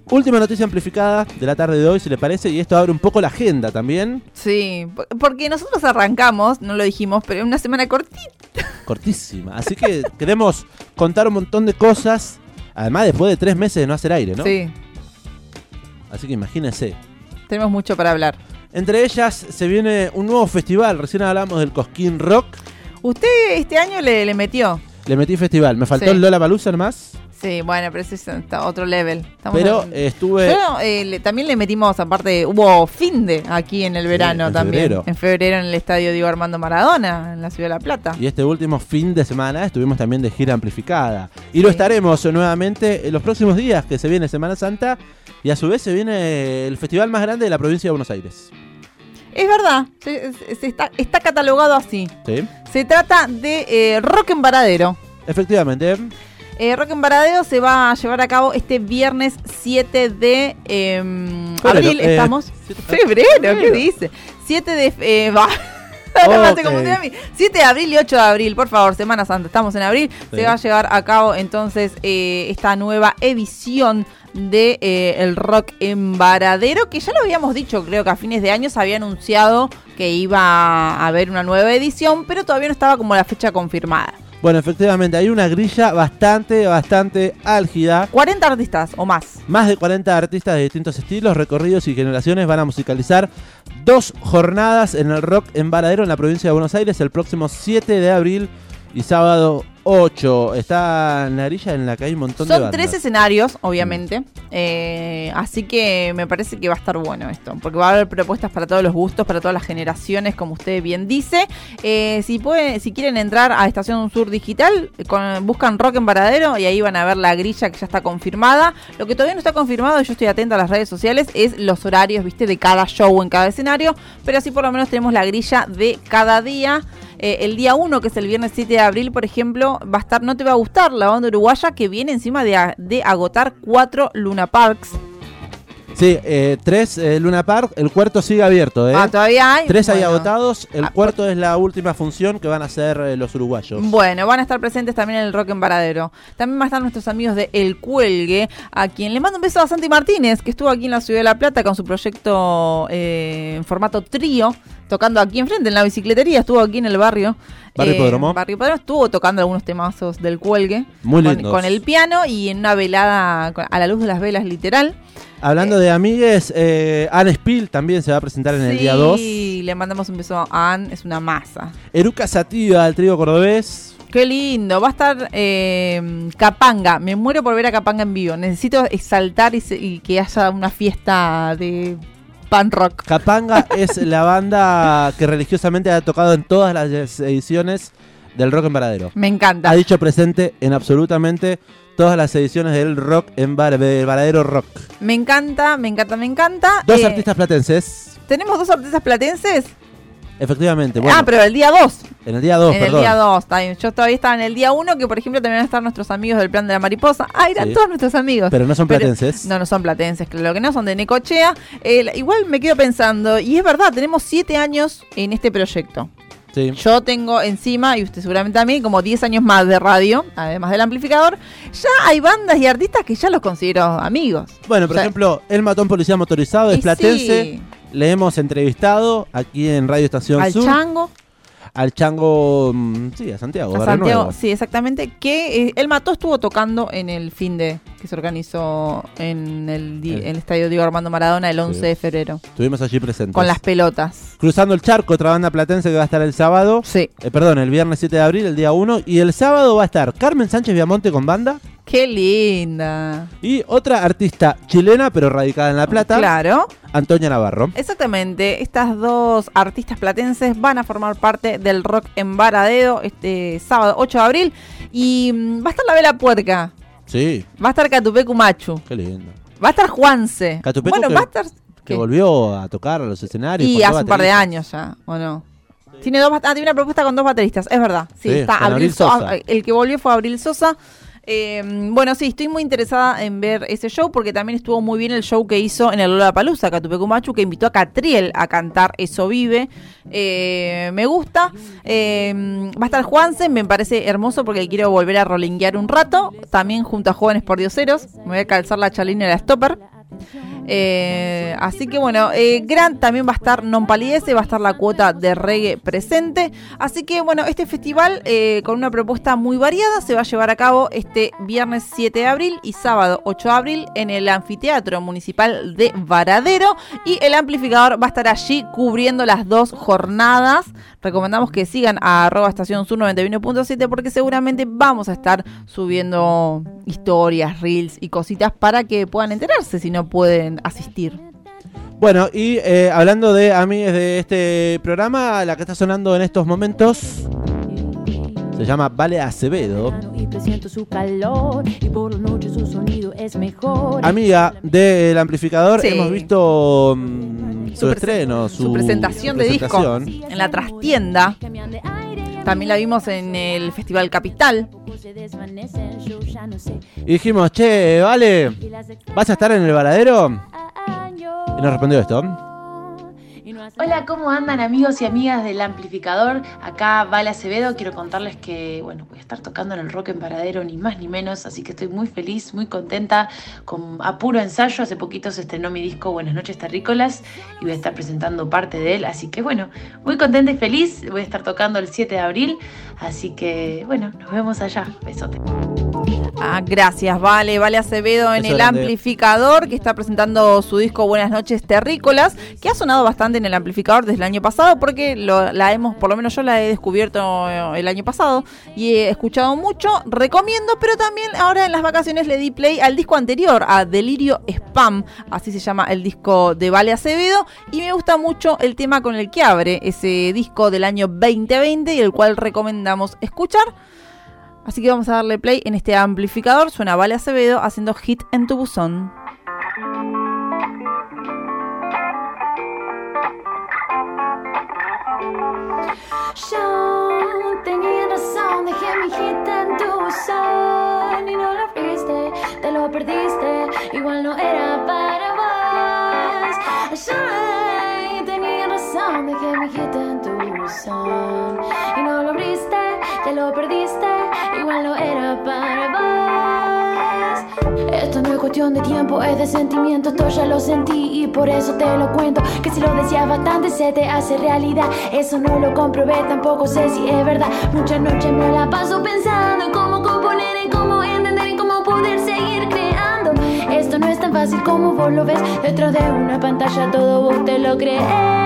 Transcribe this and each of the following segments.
Última noticia amplificada de la tarde de hoy, si le parece, y esto abre un poco la agenda también. Sí, porque nosotros arrancamos, no lo dijimos, pero en una semana cortita. Cortísima. Así que queremos contar un montón de cosas, además después de 3 meses de no hacer aire, ¿no? Sí. Así que imagínense. Tenemos mucho para hablar. Entre ellas se viene un nuevo festival, recién hablamos del Cosquín Rock. Usted este año le metió. Le metí festival, me faltó Sí. el Lollapalooza nomás. Sí, bueno, pero ese es otro level. Pero estuve... Bueno, también le metimos, aparte, hubo finde aquí en el verano en también. febrero. En febrero en el estadio Diego Armando Maradona, en la ciudad de La Plata. Y este último fin de semana estuvimos también de gira amplificada. Y lo estaremos nuevamente en los próximos días, que se viene Semana Santa. Y a su vez se viene el festival más grande de la provincia de Buenos Aires. Es verdad, está catalogado así. ¿Sí? Se trata de Rock en Varadero. Efectivamente. Rock en Varadero se va a llevar a cabo este viernes 7 de abril. ¿Estamos? Febrero, ¿qué dice? 7 de... No te confundí a mí. 7 de abril y 8 de abril, por favor, Semana Santa, estamos en abril. Sí. Se va a llevar a cabo entonces esta nueva edición de el Rock en Varadero, que ya lo habíamos dicho, creo que a fines de año se había anunciado que iba a haber una nueva edición, pero todavía no estaba como la fecha confirmada. Bueno, efectivamente, hay una grilla bastante álgida. 40 artistas o más. Más de 40 artistas de distintos estilos, recorridos y generaciones van a musicalizar 2 jornadas en el Rock en Varadero en la provincia de Buenos Aires el próximo 7 de abril y sábado 8. Está en la grilla en la que hay un montón de Son bandas. 3 escenarios, obviamente. Así que me parece que va a estar bueno esto. Porque va a haber propuestas para todos los gustos, para todas las generaciones, como usted bien dice. Si quieren entrar a Estación Sur Digital, buscan Rock en Varadero y ahí van a ver la grilla que ya está confirmada. Lo que todavía no está confirmado, y yo estoy atenta a las redes sociales, es los horarios, ¿viste? De cada show en cada escenario. Pero así por lo menos tenemos la grilla de cada día. El día 1, que es el viernes 7 de abril, por ejemplo, va a estar No Te Va a Gustar, la banda uruguaya que viene encima de agotar 4 Luna Parks. Sí, 3 Luna Park, el cuarto sigue abierto. Todavía hay. 3 hay Bueno. agotados, el cuarto es la última función que van a hacer los uruguayos. Bueno, van a estar presentes también en el Rock en Varadero. También van a estar nuestros amigos de El Cuelgue, a quien le mando un beso a Santi Martínez, que estuvo aquí en la ciudad de La Plata con su proyecto en formato trío, tocando aquí enfrente en la bicicletería, estuvo aquí en el barrio. Barrio Hipódromo. Barrio Hipódromo, estuvo tocando algunos temazos del Cuelgue. Muy lindos. Con el piano y en una velada a la luz de las velas, literal. Hablando de amigues, Anne Spill también se va a presentar en el día 2. Sí, le mandamos un beso a Anne, es una masa. Eruca Sativa, el trío cordobés. Qué lindo, va a estar Capanga, me muero por ver a Capanga en vivo, necesito exaltar y que haya una fiesta de pan rock. Capanga es la banda que religiosamente ha tocado en todas las ediciones del Rock en Varadero. Me encanta. Ha dicho presente en absolutamente todas las ediciones del Rock en Varadero Rock. Me encanta. 2 artistas platenses. ¿Tenemos 2 artistas platenses? Efectivamente. Bueno, Pero el día 2. en el día 2, En perdón. el día 2, está bien. Yo todavía estaba en el día 1, que por ejemplo también van a estar nuestros amigos del Plan de la Mariposa. Eran Sí. todos nuestros amigos. Pero no son platenses. No son platenses, lo que no son de Necochea. Igual me quedo pensando, y es verdad, tenemos 7 años en este proyecto. Sí. Yo tengo encima, y usted seguramente también, como 10 años más de radio, además del amplificador. Ya hay bandas y artistas que ya los considero amigos. Bueno, por ejemplo, El Matón Policía Motorizado es y platense. sí, Le hemos entrevistado aquí en Radio Estación al Sur. Chango, Al Chango, sí, a Santiago. a Barrio Santiago, Nuevo. sí, exactamente, que El Mató estuvo tocando en el finde que se organizó en el estadio Diego Armando Maradona el 11 de febrero, Estuvimos allí presentes. con las pelotas. Cruzando el Charco, otra banda platense que va a estar el sábado. Sí. Perdón, el viernes 7 de abril, el día 1. Y el sábado va a estar Carmen Sánchez Viamonte con banda. ¡Qué linda! Y otra artista chilena, pero radicada en La Plata. Claro. Antonia Navarro. Exactamente, estas 2 artistas platenses van a formar parte del Rock en Varadero este sábado 8 de abril. Y va a estar la Vela Puerca, Sí, va a estar Catupecu Machu, qué lindo. va a estar Juanse. Catupecu Bueno, que- va a estar... Que ¿qué? volvió a tocar a los escenarios. Y con hace dos un par de bateristas. años ya, ¿o no? Tiene tiene una propuesta con 2 bateristas, es verdad. Sí, Sí, está con Abril Sosa. El que volvió fue Abril Sosa. Bueno, sí, estoy muy interesada en ver ese show porque también estuvo muy bien el show que hizo en el Lollapalooza, Catupecu Machu, que invitó a Catriel a cantar Eso Vive. Me gusta. Va a estar Juanse, me parece hermoso porque quiero volver a rolinguear un rato. También junto a Jóvenes Pordioseros. Me voy a calzar la chalina y la stopper. Así que bueno, Grant también va a estar, Non Palidece, va a estar la cuota de reggae presente. Así que bueno, este festival con una propuesta muy variada se va a llevar a cabo este viernes 7 de abril y sábado 8 de abril en el Anfiteatro Municipal de Varadero, y el amplificador va a estar allí cubriendo las dos jornadas. Recomendamos que sigan a @estación sur 91.7 porque seguramente vamos a estar subiendo historias, reels y cositas para que puedan enterarse si no pueden asistir. Bueno, y hablando de amigues de este programa, la que está sonando en estos momentos se llama Vale Acevedo. Amiga del amplificador, sí. Hemos visto su estreno, su presentación de disco en la trastienda. También la vimos en el Festival Capital. Y dijimos, che, Vale, ¿vas a estar en el Varadero? Y nos respondió esto. Hola, ¿cómo andan amigos y amigas del amplificador? Acá Vale Acevedo. Quiero contarles que, bueno, voy a estar tocando en el Rock en Varadero, ni más ni menos, así que estoy muy feliz, muy contenta, con a puro ensayo. Hace poquito se estrenó mi disco Buenas noches Terrícolas y voy a estar presentando parte de él, así que bueno, muy contenta y feliz. Voy a estar tocando el 7 de abril, así que bueno, nos vemos allá. Besote. Gracias, Vale Acevedo en el amplificador, que está presentando su disco Buenas noches Terrícolas, que ha sonado bastante en el amplificador desde el año pasado, porque por lo menos yo la he descubierto el año pasado y he escuchado mucho. Recomiendo, pero también ahora en las vacaciones le di play al disco anterior, a Delirio Spam, así se llama el disco de Vale Acevedo, y me gusta mucho el tema con el que abre ese disco del año 2020 y el cual recomendamos escuchar. Así que vamos a darle play en este amplificador. Suena Vale Acevedo haciendo Hit en tu buzón. Yo tenía razón, dejé mi hit en tu buzón y no lo fuiste, te lo perdiste, igual no era para vos. Yo tenía razón, dejé mi hit en tu buzón y no lo abriste, te lo perdiste, igual no era para vos. Esto no es cuestión de tiempo, es de sentimiento, esto ya lo sentí y por eso te lo cuento. Que si lo decías bastante se te hace realidad. Eso no lo comprobé, tampoco sé si es verdad. Muchas noches me la paso pensando en cómo componer, en cómo entender, en cómo poder seguir creando. Esto no es tan fácil como vos lo ves. Detrás de una pantalla todo vos te lo crees.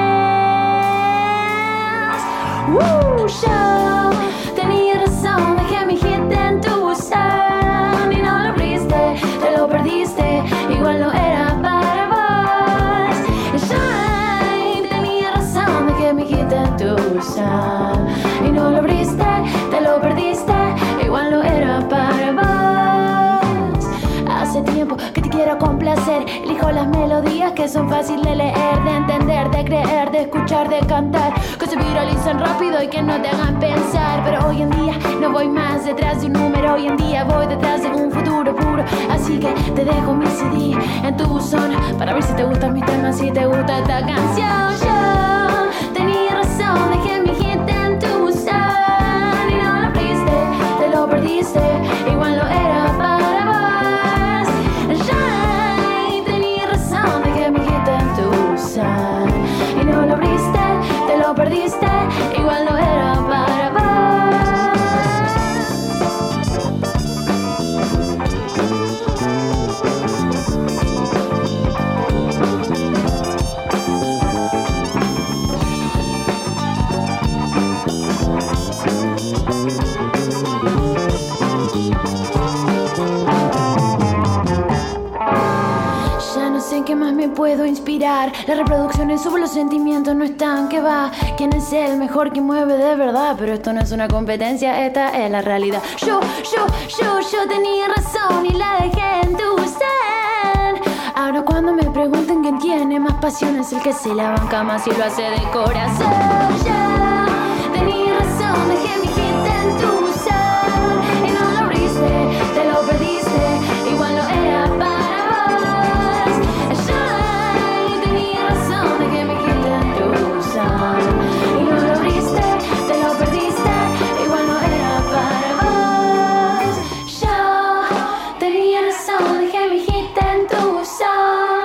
Yo tenía razón, dejé mi hit en tu buzón y no lo abriste, te lo perdiste, igual no era para vos. Yo tenía razón, dejé mi hit en tu buzón y no lo abriste, te lo perdiste, igual no era para vos. Hace tiempo que te quiero complacer, elijo las melodías que son fáciles de leer, de entender, de creer, de escuchar, de cantar, que se viralizan rápido y que no te hagan pensar. Pero hoy en día no voy más detrás de un número, hoy en día voy detrás de un futuro puro. Así que te dejo mi CD en tu buzón para ver si te gustan mis temas, si te gusta esta canción. Yo tenía razón, dejé mi hit en tu buzón y no lo abriste, te lo perdiste, igual no era para vos. Yo tenía razón, dejé mi hit en tu buzón y no lo abriste, te lo perdiste, igual no era para vos. Ya no sé en qué más me puedo inspirar. Las reproducciones suben, los sentimientos no están, que va. ¿Quién es el mejor que mueve de verdad? Pero esto no es una competencia, esta es la realidad. Yo tenía razón y la dejé en tu buzón. Ahora cuando me pregunten quién tiene más pasión, es el que se la banca más y lo hace de corazón. Yo tenía razón, dejé mi hit en tu buzón y no lo abriste, te lo perdiste, igual no era para vos. Yo tenía razón, dejé mi hit en tu buzón y no lo abriste, te lo perdiste, igual no era para vos. Yo tenía razón, dejé mi hit en tu buzón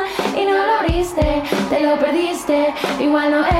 igual no